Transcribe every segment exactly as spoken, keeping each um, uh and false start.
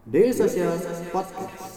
Daily Social Podcast.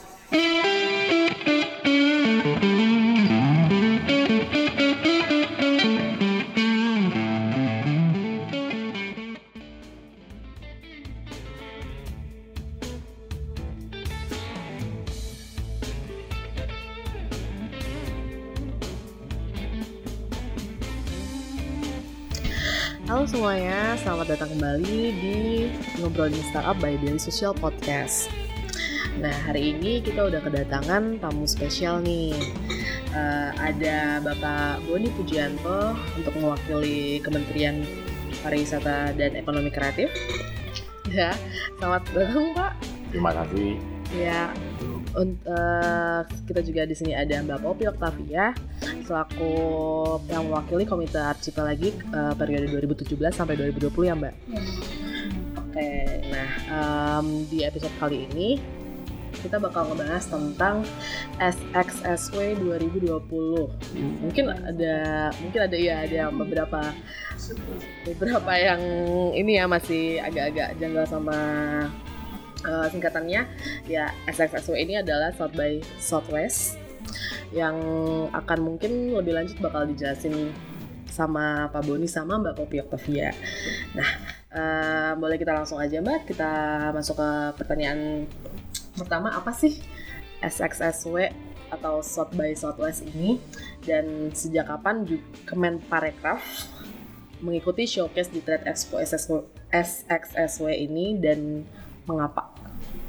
Halo semuanya, selamat datang kembali di Ngobrolin Startup by Daily Social Podcast. Nah, hari ini kita udah kedatangan tamu spesial nih. Uh, ada Bapak Boni Pujianto untuk mewakili Kementerian Pariwisata dan Ekonomi Kreatif. Ya, selamat datang Pak. Terima kasih. Ya, un- uh, kita juga di sini ada Mbak Poppy Octavia selaku yang mewakili Komite Archipelagi uh, periode dua ribu tujuh belas sampai dua ribu dua puluh ya Mbak? Ya. Oke, nah um, di episode kali ini kita bakal ngebahas tentang S X S W dua ribu dua puluh. Mungkin ada mungkin ada ya ada beberapa beberapa yang ini ya masih agak-agak janggal sama uh, singkatannya. Ya, S X S W ini adalah South by Southwest yang akan mungkin lebih lanjut bakal dijelasin sama Pak Boni sama Mbak Poppy Octavia. Nah, uh, boleh kita langsung aja Mbak, kita masuk ke pertanyaan pertama, apa sih S X S W atau South by Southwest ini, dan sejak kapan Kemenparekraf mengikuti showcase di Trade Expo S X S W ini dan mengapa?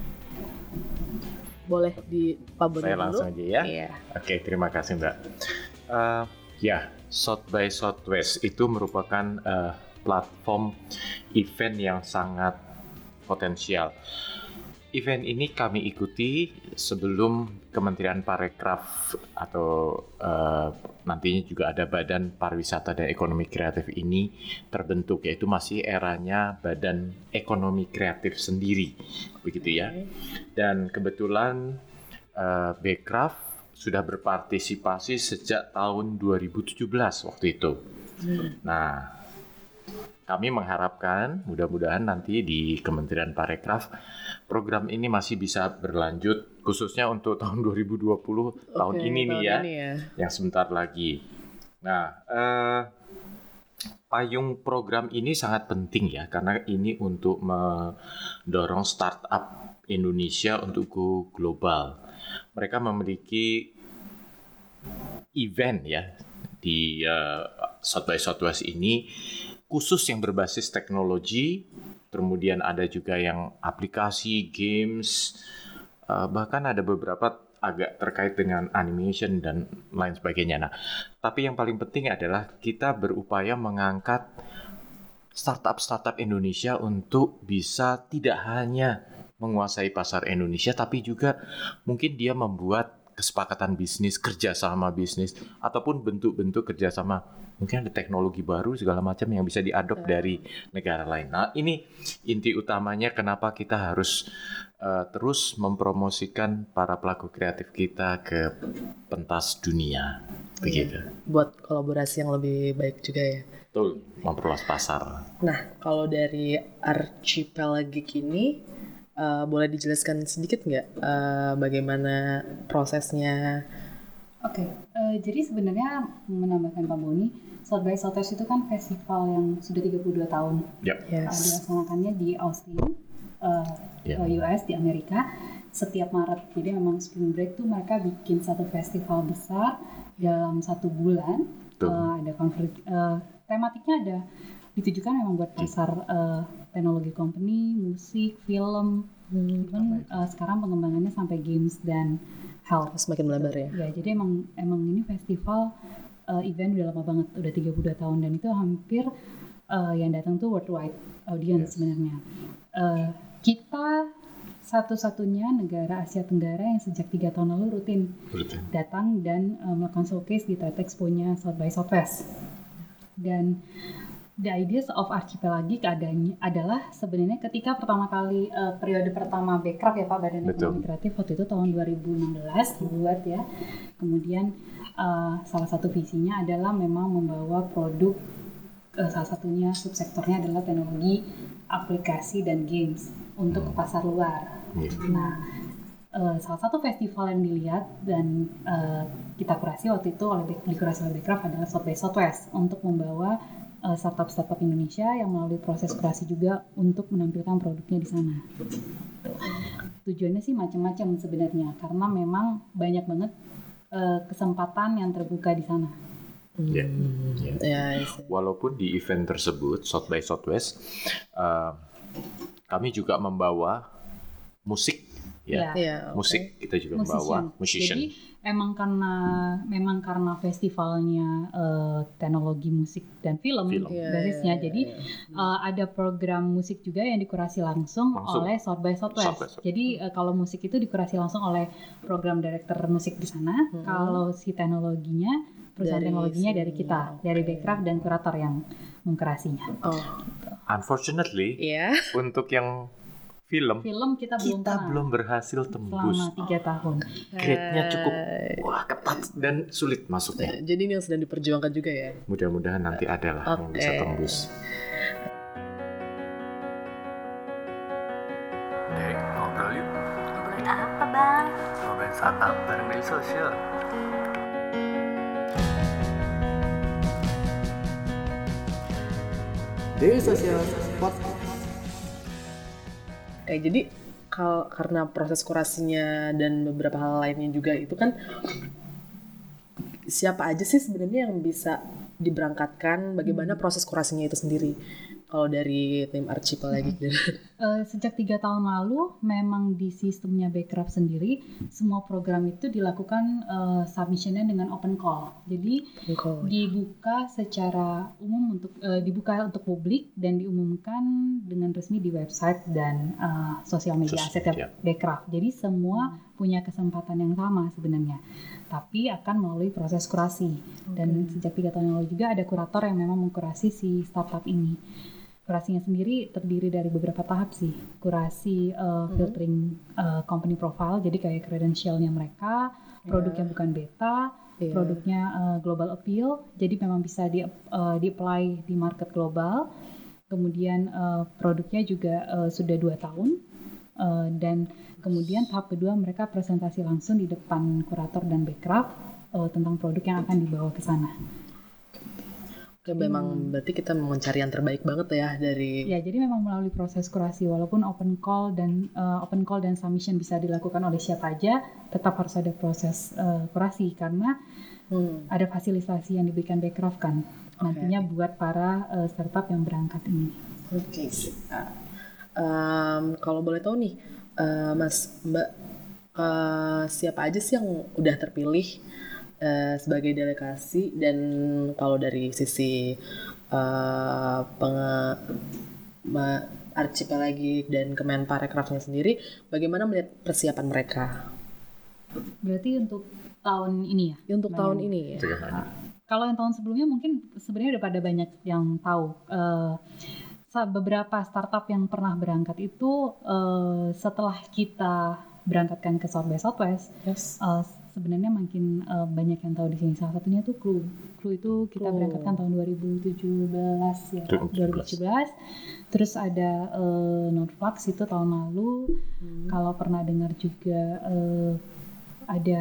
Boleh di Pak Boni dulu? Saya langsung aja ya. Iya. Oke, terima kasih Mbak. Uh, ya, South by Southwest itu merupakan uh, platform event yang sangat potensial. Event ini kami ikuti sebelum Kementerian Parekraf atau uh, nantinya juga ada Badan Pariwisata dan Ekonomi Kreatif ini terbentuk, yaitu masih eranya Badan Ekonomi Kreatif sendiri, begitu ya. Dan kebetulan uh, Bekraf sudah berpartisipasi sejak tahun dua ribu tujuh belas waktu itu. Nah, kami mengharapkan mudah-mudahan nanti di Kementerian Parekraf program ini masih bisa berlanjut, khususnya untuk tahun dua ribu dua puluh, okay, tahun ini tahun nih ya, ini ya, yang sebentar lagi. Nah, eh, payung program ini sangat penting ya, karena ini untuk mendorong startup Indonesia untuk go global. Mereka memiliki event ya di uh, South by Southwest ini khusus yang berbasis teknologi, kemudian ada juga yang aplikasi, games, uh, bahkan ada beberapa agak terkait dengan animation dan lain sebagainya. Nah, tapi yang paling penting adalah kita berupaya mengangkat startup-startup Indonesia untuk bisa tidak hanya menguasai pasar Indonesia, tapi juga mungkin dia membuat kesepakatan bisnis, kerjasama bisnis, ataupun bentuk-bentuk kerjasama. Mungkin ada teknologi baru segala macam yang bisa diadop dari negara lain. Nah, ini inti utamanya kenapa kita harus uh, terus mempromosikan para pelaku kreatif kita ke pentas dunia. Begitu. Buat kolaborasi yang lebih baik juga ya. Betul, memperluas pasar. Nah, kalau dari Archipelagi ini, Uh, boleh dijelaskan sedikit nggak uh, bagaimana prosesnya? Oke, okay. uh, jadi sebenarnya menambahkan Pak Boni, South by Southwest itu kan festival yang sudah tiga puluh dua tahun. Yep. Yes. Uh, dilaksanakannya di Austin, uh, yeah. U S di Amerika, setiap Maret. Jadi memang Spring Break tuh mereka bikin satu festival besar dalam satu bulan. Uh, ada konferensi, uh, tematiknya ada ditujukan memang buat pasar uh, teknologi company, musik, film, hmm, even uh, sekarang pengembangannya sampai games dan health. Semakin melebar ya. Ya, jadi emang emang ini festival uh, event udah lama banget, udah tiga puluh dua tahun, dan itu hampir uh, yang datang tuh worldwide audience yes. sebenarnya. Uh, kita satu-satunya negara Asia Tenggara yang sejak tiga tahun lalu rutin, rutin. datang dan uh, melakukan showcase di Trade Expo-nya South by Southwest. Dan the ideas of Archipelagi keadaannya adalah sebenarnya ketika pertama kali uh, periode pertama Bekraf ya Pak, Badan Ekonomi Kreatif, waktu itu tahun dua ribu enam belas dibuat ya. Kemudian uh, salah satu visinya adalah memang membawa produk, uh, salah satunya subsektornya adalah teknologi, aplikasi dan games untuk ke pasar luar. Iya. Nah, uh, salah satu festival yang dilihat dan uh, kita kurasi waktu itu oleh dikurasi oleh Backcraft adalah South by Southwest untuk membawa uh, startup-startup Indonesia yang melalui proses kurasi juga untuk menampilkan produknya di sana. Tujuannya sih macam-macam sebenarnya karena memang banyak banget uh, kesempatan yang terbuka di sana. Yeah. Yeah. Ya, Walaupun di event tersebut South by Southwest, uh, kami juga membawa musik, ya, Ya. ya, musik kita juga Musician. membawa musician. Jadi emang karena memang karena festivalnya uh, teknologi musik dan film, Film. Iya, basisnya, iya, jadi iya. uh, ada program musik juga yang dikurasi langsung, Langsung. oleh South by Southwest. South by Southwest. Jadi uh, kalau musik itu dikurasi langsung oleh program director musik di sana, Hmm. kalau si teknologinya perusahaan Dari teknologinya sini, dari kita, oke. dari Backcraft dan kurator yang mengkurasinya. Oh, Unfortunately, iya. untuk yang film, Film kita, belum kita pernah belum berhasil tembus. selama tiga tahun. Grade-nya cukup Hai. wah ketat dan sulit masuknya. Jadi ini yang sedang diperjuangkan juga ya. Mudah-mudahan nanti ada lah yang Oke. bisa tembus. Dek, ngobrol yuk. Ngobrolin apa bang? Ngobrolin startup bareng Daily Social. Daily Social Podcast. Eh, jadi kal- karena proses kurasinya dan beberapa hal lainnya juga itu kan siapa aja sih sebenarnya yang bisa diberangkatkan, bagaimana proses kurasinya itu sendiri kalau dari tim Archipelagic. Uh, sejak tiga tahun lalu, memang di sistemnya Backcraft sendiri, semua program itu dilakukan uh, submissionnya dengan open call. Jadi dibuka secara umum untuk uh, dibuka untuk publik dan diumumkan dengan resmi di website dan uh, sosial media Sos- asetnya ya. Backcraft. Jadi semua punya kesempatan yang sama sebenarnya, tapi akan melalui proses kurasi. Dan sejak tiga tahun lalu juga ada kurator yang memang mengkurasi si startup ini. Kurasinya sendiri terdiri dari beberapa tahap sih. Kurasi uh, filtering uh, company profile, jadi kayak credentialnya mereka, produknya bukan beta, Iya. produknya uh, global appeal, jadi memang bisa di uh, di-apply di market global. Kemudian uh, produknya juga uh, sudah dua tahun. Uh, dan kemudian tahap kedua mereka presentasi langsung di depan kurator dan Backcraft uh, tentang produk yang akan dibawa ke sana. Oke, memang berarti kita mencari yang terbaik banget ya dari Ya, jadi memang melalui proses kurasi, walaupun open call dan uh, open call dan submission bisa dilakukan oleh siapa aja, tetap harus ada proses uh, kurasi karena Hmm. ada fasilitasi yang diberikan Backcraft kan nantinya buat para uh, startup yang berangkat ini. Oke. Ah. Em, kalau boleh tahu nih, eh, Mas Mbak, eh, siapa aja sih yang udah terpilih eh, sebagai delegasi, dan kalau dari sisi eh, penge, ma- Archipelagic dan Kemenparekrafnya sendiri, bagaimana melihat persiapan mereka Berarti untuk tahun ini ya? untuk Mbak tahun Yani? ini? Ya? Bagaimana? Kalau yang tahun sebelumnya mungkin sebenarnya udah pada banyak yang tahu. Eh, sa- beberapa startup yang pernah berangkat itu eh, setelah kita berangkatkan ke South by Southwest, Yes. eh, sebenarnya makin eh, banyak yang tahu di sini. Salah satunya tuh Clue. Clue itu kita Clue. berangkatkan tahun dua ribu tujuh belas ya, dua ribu tujuh belas. dua ribu tujuh belas. Terus ada eh, Nordflux itu tahun lalu. Kalau pernah dengar juga eh, ada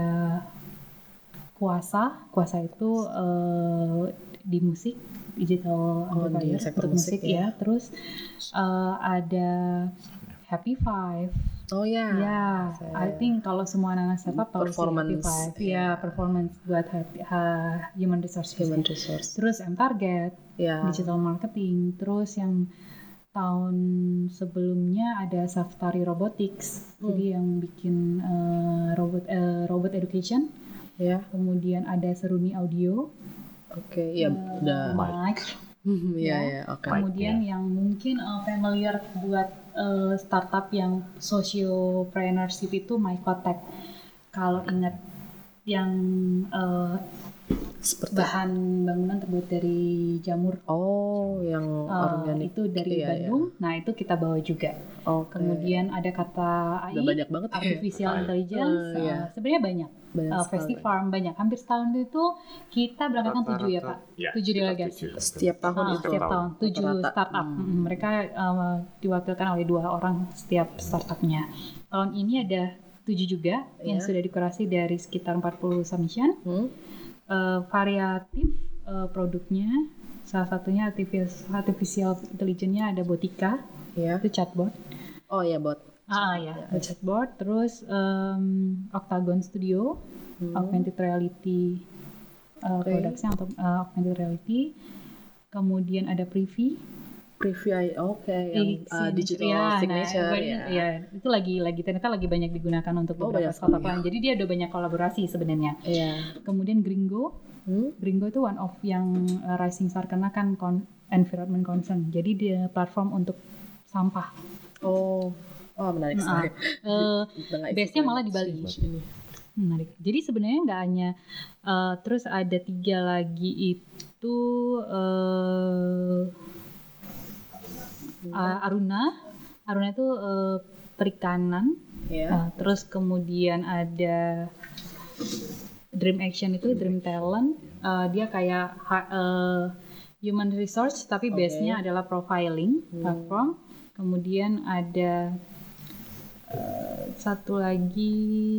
Kuasa. Kuasa itu eh, di musik, digital Oh, di amplifier sektor untuk musik musik, ya. ya. Terus eh, ada Happy Five. Oh ya. Ya, saya- I think kalau semua anak-anak startup tahu sih Performance, Happy Five. iya. Ya, performance buat happy, ha- human resource. Human resource. Terus M Target, Ya. digital marketing. Terus yang tahun sebelumnya ada Saftari Robotics, Hmm. jadi yang bikin eh, robot eh, robot education. Ya. Kemudian ada Seruni Audio, Oke. Ya. eh, Udah. Mike. Iya ya. Oke. Kemudian yang mungkin uh, familiar buat uh, startup yang sociopreneurship itu Mycotech. Kalau ingat yang uh, Seperti bahan bangunan terbuat dari jamur. oh, yang Uh, organik itu dari iya, Bandung. Nah itu kita bawa juga. iya. Oke. Kemudian ada kata A I, Udah banyak banget ya. artificial A I. intelligence. Uh, iya. uh, sebenarnya banyak. Banyak Uh, sekali. Festifarm banyak. Hampir setahun itu kita berangkatkan tujuh ya Pak. Ya, Tujuh sekitar delegasi. tujuh. Setiap tahun Ah, itu. setiap tahun. tahun tujuh Rata-rata. startup. Hmm. Mm, Mereka uh, diwakilkan oleh dua orang setiap startupnya. Tahun ini ada tujuh juga yang Iya. sudah dikurasi dari sekitar empat puluh submission. Hmm? Uh, variatif uh, produknya. Salah satunya artificial, artificial intelligence-nya ada Botika, Iya. itu chatbot. Oh ya bot. Ah ya, ada chatbot. Terus um, Octagon Studio, Hmm. augmented reality uh, Oke. products-nya untuk uh, augmented reality. Kemudian ada Privy. Preview I- oke yang Di- uh, si- digital ya, signature nah, ya. ya. Itu lagi lagi ternyata lagi banyak digunakan untuk Oh, beberapa banyak startup sekali. lain. Jadi dia udah banyak kolaborasi sebenarnya. Iya. Kemudian Gringo, Hmm? Gringo itu one of yang uh, rising star karena kan con- environment concern. Jadi dia platform untuk sampah. Oh. Oh menarik Nah, sekali. eh, Tengah base-nya isi malah di Bali. ini. Menarik. Jadi sebenarnya nggak hanya uh, terus ada tiga lagi itu uh, uh, Aruna. Aruna itu uh, perikanan. Iya. Uh, terus kemudian ada Dream Action itu Dream Talent. Uh, dia kayak ha- uh, human resource tapi Oke. base-nya adalah profiling Hmm. platform. Kemudian ada uh, satu lagi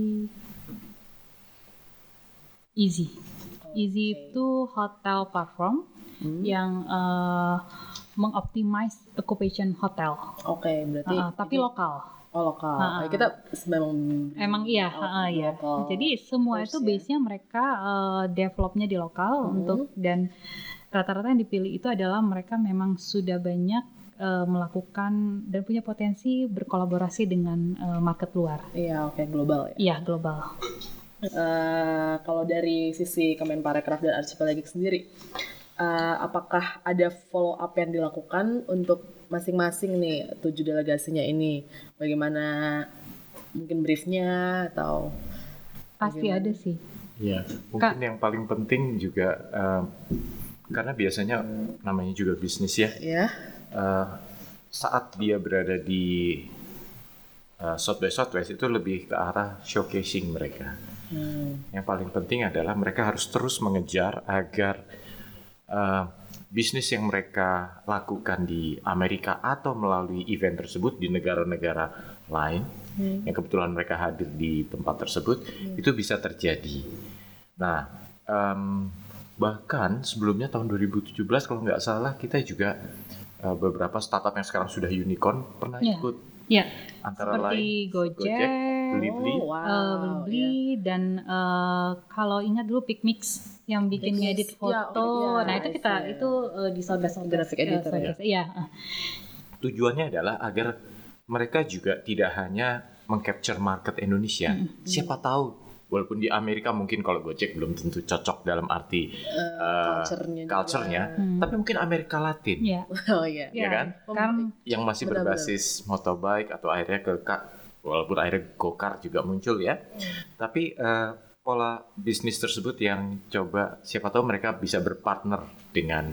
Easy. Easy itu hotel platform Hmm. yang uh, mengoptimize occupation hotel. Oke berarti. Uh, tapi ini- lokal. Oh lokal. Ah, ah. Oh, kita memang. Emang iya, Oh, ha, iya. lokal Jadi semua first itu ya. base-nya mereka uh, developnya di lokal Mhm. untuk dan rata-rata yang dipilih itu adalah mereka memang sudah banyak uh, melakukan dan punya potensi berkolaborasi dengan uh, market luar. Iya oke global ya. Iya, global. Eh, kalau dari sisi Kemenparekraf dan Archipelagic sendiri, eh, apakah ada follow up yang dilakukan untuk masing-masing nih tujuh delegasinya ini? Bagaimana mungkin briefnya atau? Pasti Bagaimana? ada sih. Ya, mungkin yang paling penting juga eh, karena biasanya namanya juga bisnis ya. Ya. eh, saat dia berada di eh, South by Southwest itu lebih ke arah showcasing mereka. Hmm. Yang paling penting adalah mereka harus terus mengejar agar eh, bisnis yang mereka lakukan di Amerika atau melalui event tersebut di negara-negara lain Hmm. yang kebetulan mereka hadir di tempat tersebut itu bisa terjadi. Nah, em, bahkan sebelumnya tahun dua ribu tujuh belas kalau nggak salah kita juga eh, beberapa startup yang sekarang sudah unicorn pernah Ya. ikut Ya, antara seperti lain Gojek, Blibli. Oh, wow. uh, Blibli dan uh, kalau ingat dulu Picmix yang bikin Picmix, ngedit ya, foto. iya, nah itu kita iya. itu uh, di South by Southwest, Graphic editor uh, ya? Southwest. Iya. Tujuannya adalah agar mereka juga tidak hanya mengcapture market Indonesia. Siapa tahu, walaupun di Amerika mungkin kalau Gojek belum tentu cocok dalam arti Eh, eh, culture-nya juga. culture-nya, Hmm. tapi mungkin Amerika Latin Iya. Oh iya. ya kan, Kan yang masih Benar-benar. berbasis motorbike atau akhirnya ke ka- walaupun akhirnya go-kart juga muncul ya, tapi eh, pola bisnis tersebut yang coba siapa tahu mereka bisa berpartner dengan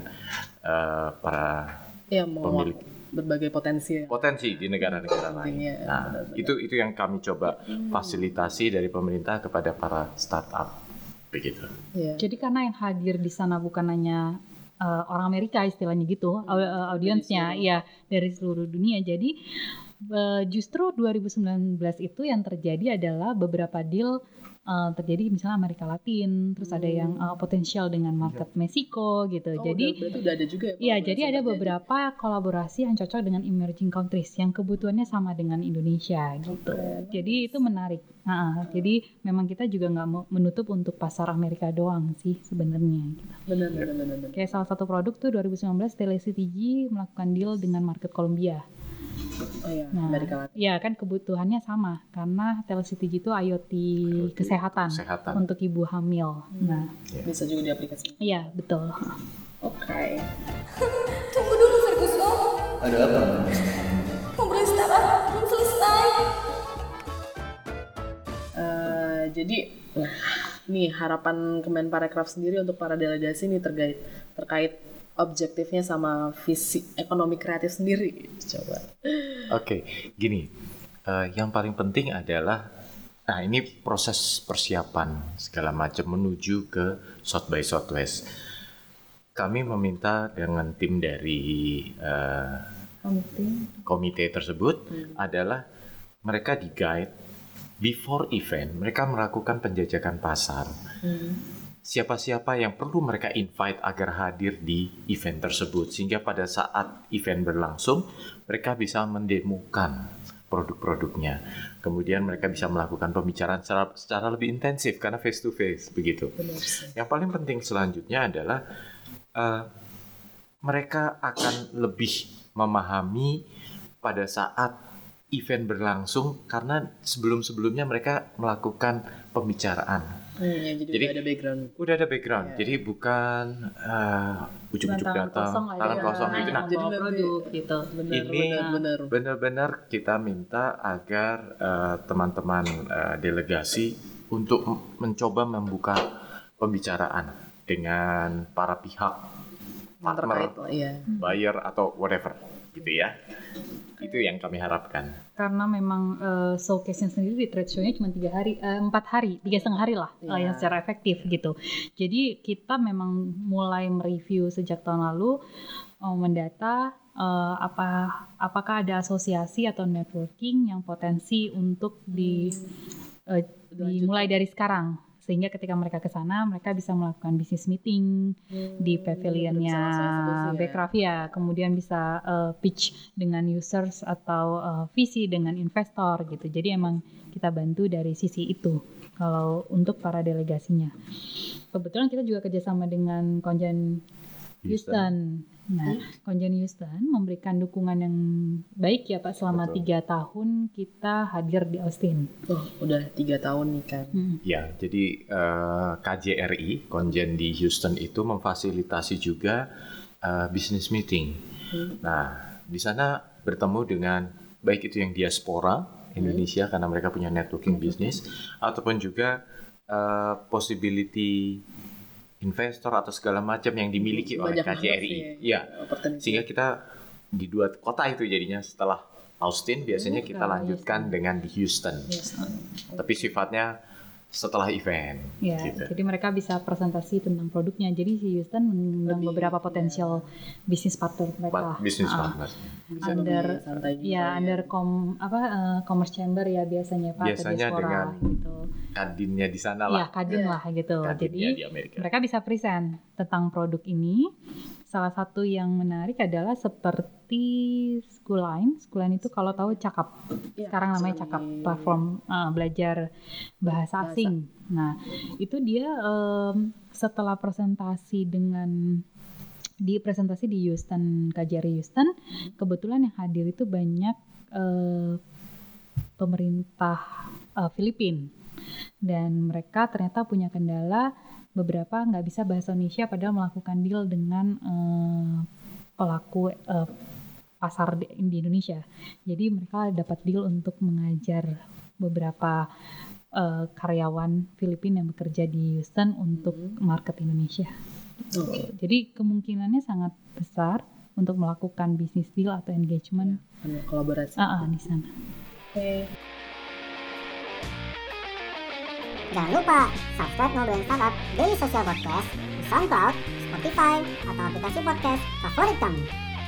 eh, para Ya mau pemilik berbagai potensi. ya. potensi di negara-negara lain. Intinya, Nah, benar-benar. itu itu yang kami coba fasilitasi dari pemerintah kepada para startup begitu. Iya. jadi karena yang hadir di sana bukan hanya uh, orang Amerika istilahnya gitu, au- uh, audiensnya seluruh- ya dari seluruh dunia. Jadi uh, justru dua ribu sembilan belas itu yang terjadi adalah beberapa deal uh, terjadi misalnya Amerika Latin, terus ada yang uh, potensial dengan market Meksiko gitu. Oh, jadi udah, berarti udah ada juga ya. Iya, kolaborasi jadi ada yang terjadi. beberapa kolaborasi yang cocok dengan emerging countries yang kebutuhannya sama dengan Indonesia gitu. Oke. Jadi itu menarik. Nah, jadi memang kita juga nggak mau menutup untuk pasar Amerika doang sih sebenarnya. Gitu. Benar, benar, benar, benar. Kayak salah satu produk tuh dua ribu sembilan belas Telectg melakukan deal dengan market Kolombia. Oh iya, Nah, Amerika Latin. iya kan kebutuhannya sama karena Telectg itu IoT kesehatan Kesehatan. untuk ibu hamil. Nah, Bisa juga diaplikasikan. iya betul. Oke. Tunggu dulu Ferguson. Ada apa? Ngobrolin startup belum selesai. Eh, jadi nah, nih harapan Kemenparekraf sendiri untuk para delegasi nih terkait terkait objektifnya sama visi ekonomi kreatif sendiri. Coba. Oke, gini, uh, yang paling penting adalah, nah ini proses persiapan segala macam menuju ke South by Southwest. Kami meminta dengan tim dari uh, komite. komite tersebut hmm. adalah mereka di guide before event, mereka melakukan penjajakan pasar. Hmm. Siapa-siapa yang perlu mereka invite agar hadir di event tersebut, sehingga pada saat event berlangsung mereka bisa mendemokan produk-produknya. Kemudian mereka bisa melakukan pembicaraan secara, secara lebih intensif karena face to face begitu. Benar. Yang paling penting selanjutnya adalah Uh, mereka akan lebih memahami pada saat event berlangsung karena sebelum-sebelumnya mereka melakukan pembicaraan. Hmm, ya, jadi, jadi udah ada background. Udah ada background. Ya. Jadi bukan uh, ujuk-ujuk datang, tangan kosong gitu. Nah, jadi produk gitu. Benar, ini benar, benar-benar kita minta agar uh, teman-teman uh, delegasi untuk m- mencoba membuka pembicaraan dengan para pihak partner, iya. buyer atau whatever gitu ya. Itu yang kami harapkan. Karena memang uh, showcase-nya sendiri di trade show-nya cuma tiga hari, uh, empat hari, tiga setengah hari lah, yeah. uh, yang secara efektif gitu. Jadi kita memang mulai mereview sejak tahun lalu, uh, mendata uh, apa apakah ada asosiasi atau networking yang potensi untuk di uh, dimulai dari sekarang. Sehingga ketika mereka ke sana, mereka bisa melakukan business meeting hmm, di pavilionnya Bekraf ya. Kemudian bisa uh, pitch dengan users atau uh, visi dengan investor gitu. Jadi emang kita bantu dari sisi itu kalau untuk para delegasinya. Kebetulan kita juga kerjasama dengan Konjen Houston. Nah, Konjen Houston memberikan dukungan yang baik ya Pak selama Betul. tiga tahun kita hadir di Austin. Oh, udah tiga tahun nih kan. Hmm. Ya, jadi uh, K J R I Konjen di Houston itu memfasilitasi juga uh, business meeting. Hmm. Nah, di sana bertemu dengan baik itu yang diaspora Indonesia hmm. karena mereka punya networking hmm. bisnis, ataupun juga uh, possibility investor atau segala macam yang dimiliki oleh K J R I. Ya, sehingga kita di dua kota itu jadinya setelah Austin biasanya kita lanjutkan dengan di Houston. Houston. Tapi sifatnya setelah event. Ya, gitu. Jadi mereka bisa presentasi tentang produknya. Jadi si Houston mengundang beberapa potensial ya. bisnis partner mereka. Bisnis uh, partner. Under ya, under com apa uh, commerce chamber ya biasanya Pak. Biasanya dengan gitu. Kadinnya di sana lah. Iya, kadin ya. lah gitu. Kadinnya jadi mereka bisa present tentang produk ini. Salah satu yang menarik adalah seperti Schoolline. Schoolline itu kalau tahu Cakap. Ya, sekarang namanya Cakap, platform uh, belajar bahasa asing. Bahasa. Nah, itu dia um, setelah presentasi dengan di presentasi di Houston, K J R I Houston, kebetulan yang hadir itu banyak uh, pemerintah uh, Filipina. Dan mereka ternyata punya kendala, beberapa nggak bisa bahasa Indonesia padahal melakukan deal dengan uh, pelaku uh, pasar di, di Indonesia. Jadi mereka dapat deal untuk mengajar beberapa uh, karyawan Filipina yang bekerja di Houston untuk hmm. market Indonesia. Okay. Jadi kemungkinannya sangat besar untuk melakukan bisnis deal atau engagement ya, kolaborasi uh, uh, di sana. Oke. Okay. Jangan lupa subscribe Ngobrolin Startup Daily Social Podcast di SoundCloud, Spotify, atau aplikasi podcast favorit kamu.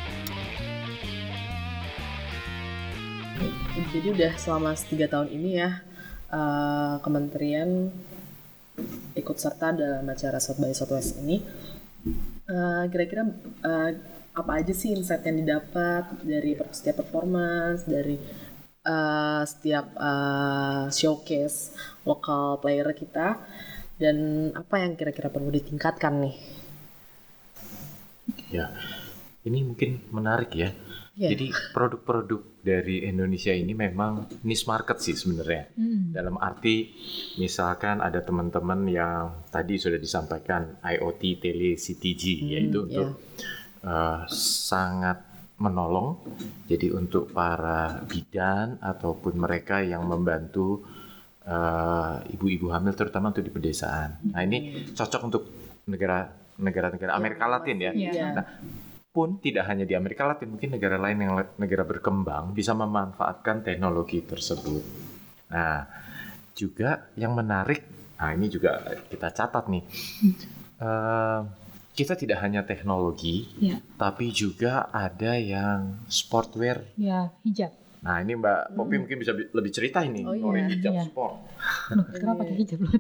Jadi udah selama tiga tahun ini ya uh, kementerian ikut serta dalam acara South by Southwest ini. Uh, kira-kira uh, apa aja sih insight yang didapat dari setiap performance, dari Uh, setiap uh, showcase lokal player kita, dan apa yang kira-kira perlu ditingkatkan nih? Ya, ini mungkin menarik ya. Yeah. Jadi produk-produk dari Indonesia ini memang niche market sih sebenarnya. Mm. Dalam arti misalkan ada teman-teman yang tadi sudah disampaikan I O T, tele, C T G, mm, yaitu yeah. untuk uh, sangat menolong, jadi untuk para bidan ataupun mereka yang membantu uh, ibu-ibu hamil terutama untuk di pedesaan. Nah ini cocok untuk negara negara-negara Amerika Latin ya. Iya. Nah, pun tidak hanya di Amerika Latin, mungkin negara lain yang negara berkembang bisa memanfaatkan teknologi tersebut. Nah, juga yang menarik, nah ini juga kita catat nih, uh, kita tidak hanya teknologi, Ya. tapi juga ada yang sportwear. Ya, hijab. Nah ini Mbak Poppy hmm. mungkin bisa bi- lebih cerita ini, Oh, iya. Nore hijab Iya. sport. Loh, kenapa pakai hijab loh?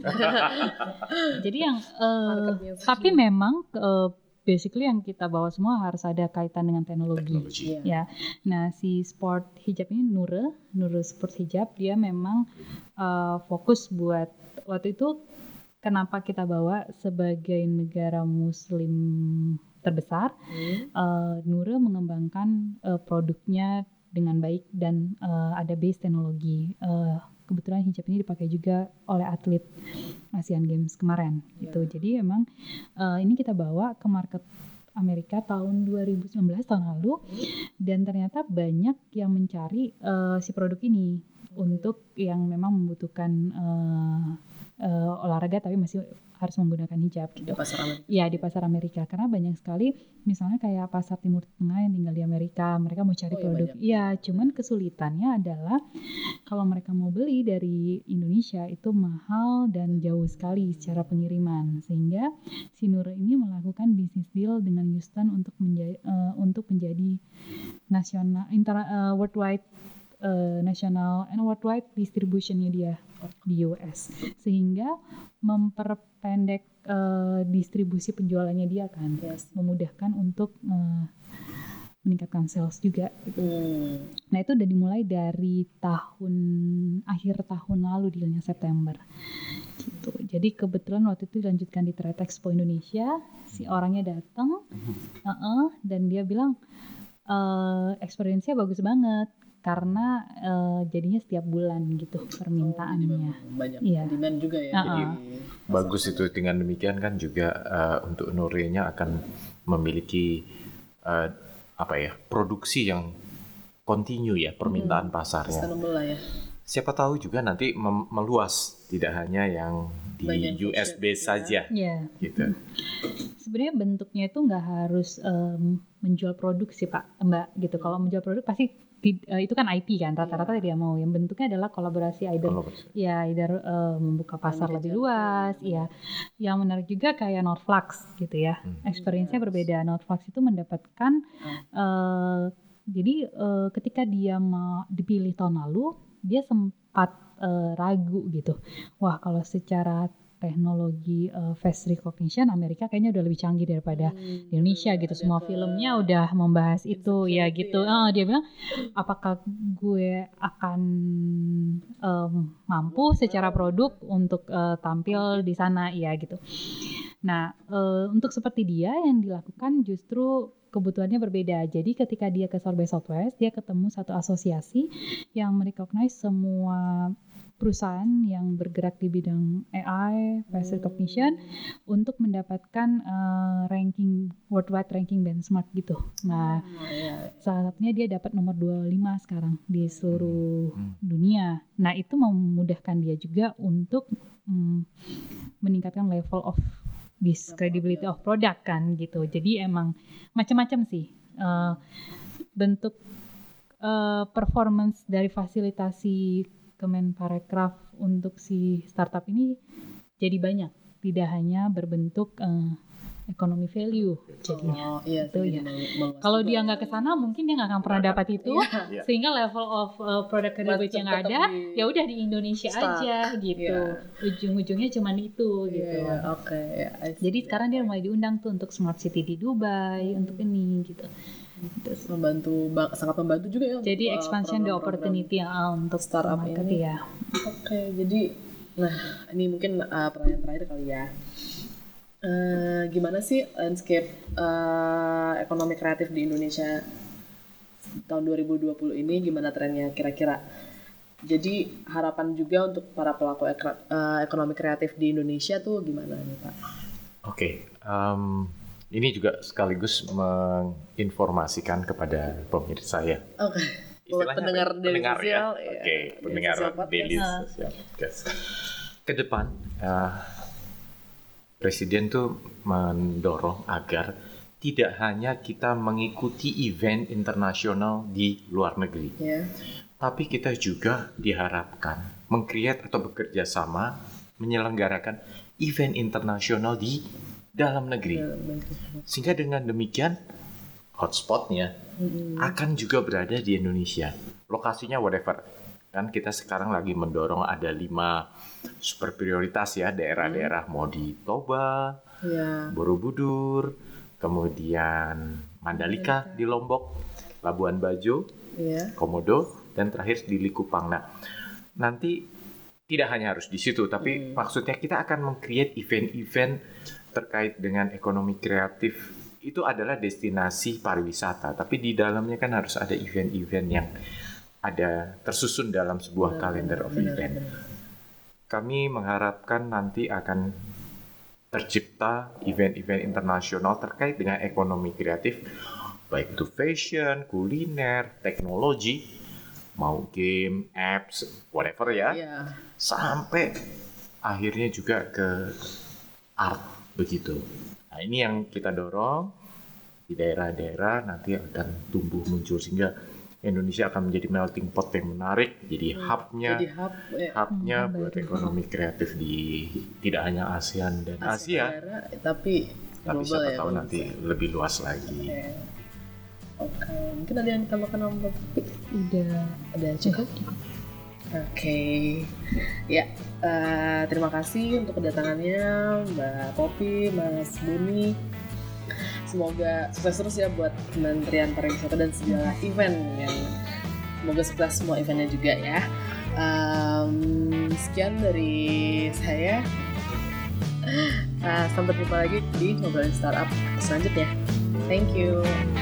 Jadi yang eh, Marketnya tapi memang eh, basically yang kita bawa semua harus ada kaitan dengan teknologi. Teknologi. Iya. Ya, nah si sport hijab ini Nure, Nure Sport Hijab dia memang uh, fokus buat waktu itu kenapa kita bawa sebagai negara Muslim terbesar, Hmm. uh, Nure mengembangkan uh, produknya dengan baik dan uh, ada base teknologi. Uh, kebetulan hijab ini dipakai juga oleh atlet Asian Games kemarin gitu. Jadi emang uh, ini kita bawa ke market Amerika tahun dua ribu sembilan belas tahun lalu dan ternyata banyak yang mencari uh, si produk ini untuk yang memang membutuhkan uh, uh, olahraga tapi masih harus menggunakan hijab gitu. Di pasar Amerika. Iya di pasar Amerika karena banyak sekali misalnya kayak pasar Timur Tengah yang tinggal di Amerika mereka mau cari Oh, iya, produk. banyak. Iya cuman kesulitannya adalah kalau mereka mau beli dari Indonesia itu mahal dan jauh sekali secara pengiriman sehingga si Nur ini melakukan bisnis deal dengan Houston untuk menjadi uh, untuk menjadi nasional inter uh, worldwide uh, national and worldwide distributionnya dia di U S sehingga memperpendek uh, distribusi penjualannya dia kan Yes. memudahkan untuk uh, meningkatkan sales juga gitu. Hmm. Nah itu udah dimulai dari tahun akhir tahun lalu dealnya September gitu. Jadi kebetulan waktu itu dilanjutkan di Trade Expo Indonesia si orangnya datang uh-uh, dan dia bilang uh, experience-nya bagus banget karena uh, jadinya setiap bulan gitu permintaannya. Banyak Iya. demand juga ya. Uh-uh. Jadi Bagus itu dengan demikian kan juga uh, untuk Nore-nya akan memiliki uh, apa ya produksi yang kontinu ya permintaan pasarnya. sustainable lah ya. Siapa tahu juga nanti mem- meluas tidak hanya yang di Banyak U S base fashion, saja Iya. gitu. Sebenarnya bentuknya itu nggak harus um, menjual produk sih Pak Mbak gitu. Kalau menjual produk pasti ti- uh, itu kan I P kan rata-rata dia mau. Yang bentuknya adalah kolaborasi either Kalau ya either uh, membuka pasar lebih luas, ya. Yang menarik juga kayak Nordflux gitu ya. Hmm. Experience-nya berbeda. Nordflux itu mendapatkan uh, jadi uh, ketika dia mau dipilih tahun lalu, dia sempat uh, ragu gitu. Wah, kalau secara teknologi uh, face recognition Amerika kayaknya udah lebih canggih daripada di Indonesia gitu. Semua filmnya udah membahas itu ya gitu. Ah, dia bilang apakah gue akan um, mampu secara produk untuk uh, tampil di sana ya gitu. Nah, uh, untuk seperti dia yang dilakukan justru kebutuhannya berbeda. Jadi ketika dia ke South by Southwest, dia ketemu satu asosiasi yang merecognize semua perusahaan yang bergerak di bidang A I, face recognition untuk mendapatkan uh, ranking worldwide ranking benchmark gitu. Nah, salah satunya dia dapat nomor dua puluh lima sekarang di seluruh dunia. Nah, itu memudahkan dia juga untuk um, meningkatkan level of this credibility of product kan gitu. Jadi emang macam-macam sih uh, bentuk uh, performance dari fasilitasi Kemenparekraf untuk si startup ini jadi banyak, tidak hanya berbentuk uh, ekonomi value jadinya. Oh iya, Itu jadi ya. meng- meluas Kalau juga dia ya. nggak ke sana mungkin dia nggak akan pernah dapat itu, Iya. sehingga level of uh, product credibility yang Tetap ada di- ya udah di Indonesia Stuck. aja gitu. Iya. Ujung-ujungnya cuma itu gitu. Iya, iya, oke. ya, I see. Jadi sekarang dia mulai diundang tuh untuk smart city di Dubai, untuk ini gitu. Terus, membantu ba- sangat membantu juga ya. untuk, jadi uh, expansion the program-program. opportunity uh, untuk startup market ini. ya. Oke, jadi nah ini mungkin uh, pertanyaan terakhir kali ya. Eh, gimana sih landscape eh, ekonomi kreatif di Indonesia tahun dua ribu dua puluh ini, gimana trennya kira-kira? Jadi harapan juga untuk para pelaku ek- eh, ekonomi kreatif di Indonesia tuh gimana nih Pak? Oke, em, ini juga sekaligus menginformasikan kepada pemirsa ya. Oke. buat pendengar apa? Daily Pendengar ya. Sosial, Oke, ya. Daily pendengar Sosial Podcast. Daily Sosial Podcast. Ke depan uh, Presiden tuh mendorong agar tidak hanya kita mengikuti event internasional di luar negeri, Ya. tapi kita juga diharapkan meng-create atau bekerja sama menyelenggarakan event internasional di dalam negeri. Sehingga dengan demikian hotspotnya Mm-mm. akan juga berada di Indonesia. Lokasinya whatever. Kan kita sekarang lagi mendorong ada lima super prioritas ya, daerah-daerah mau di Toba, Ya. Borobudur, kemudian Mandalika di Lombok, Labuan Bajo, Ya. Komodo, dan terakhir di Likupang. Nah, nanti tidak hanya harus di situ, tapi Hmm. maksudnya kita akan meng-create event-event terkait dengan ekonomi kreatif. Itu adalah destinasi pariwisata, tapi di dalamnya kan harus ada event-event yang ada tersusun dalam sebuah kalender of event. Kami mengharapkan nanti akan tercipta event-event internasional terkait dengan ekonomi kreatif, baik itu fashion, kuliner, teknologi, mau game, apps, whatever ya, Ya. sampai akhirnya juga ke art begitu. Nah, ini yang kita dorong di daerah-daerah nanti akan tumbuh muncul sehingga Indonesia akan menjadi melting pot yang menarik, jadi hubnya, Jadi hub ya. hubnya Hmm, buat baik. ekonomi kreatif di tidak hanya ASEAN dan Asia, Tenggara, tapi tapi global siapa ya. tahu Bang. nanti lebih luas lagi. Ya. Oke, mungkin ada yang ditambahkan sama Mbak Popi? Udah Ada cukup? Oke, ya eh, terima kasih untuk kedatangannya Mbak Popi, Mas Buni. Semoga sukses terus ya buat Kementerian Pariwisata dan segala event yang semoga sukses semua eventnya juga ya. Em, sekian dari saya. Eh, sampai jumpa lagi di Ngobrolin Startup selanjutnya. Thank you.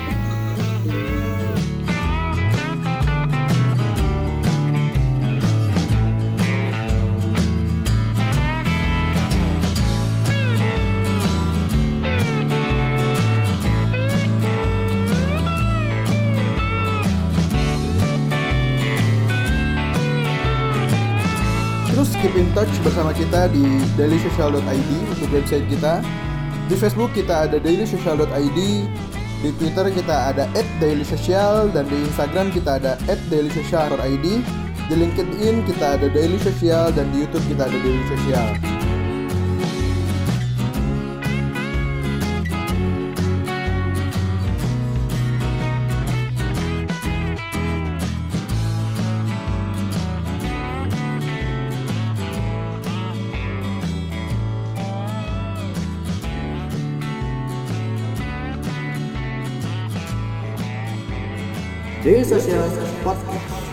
Terus keep in touch bersama kita di daily social dot i d untuk website kita. Di Facebook kita ada daily social dot i d, di Twitter kita ada at dailysocial, dan di Instagram kita ada at dailysocial dot i d. Di LinkedIn kita ada Daily Social, dan di YouTube kita ada Daily Social. Daily Social Podcast.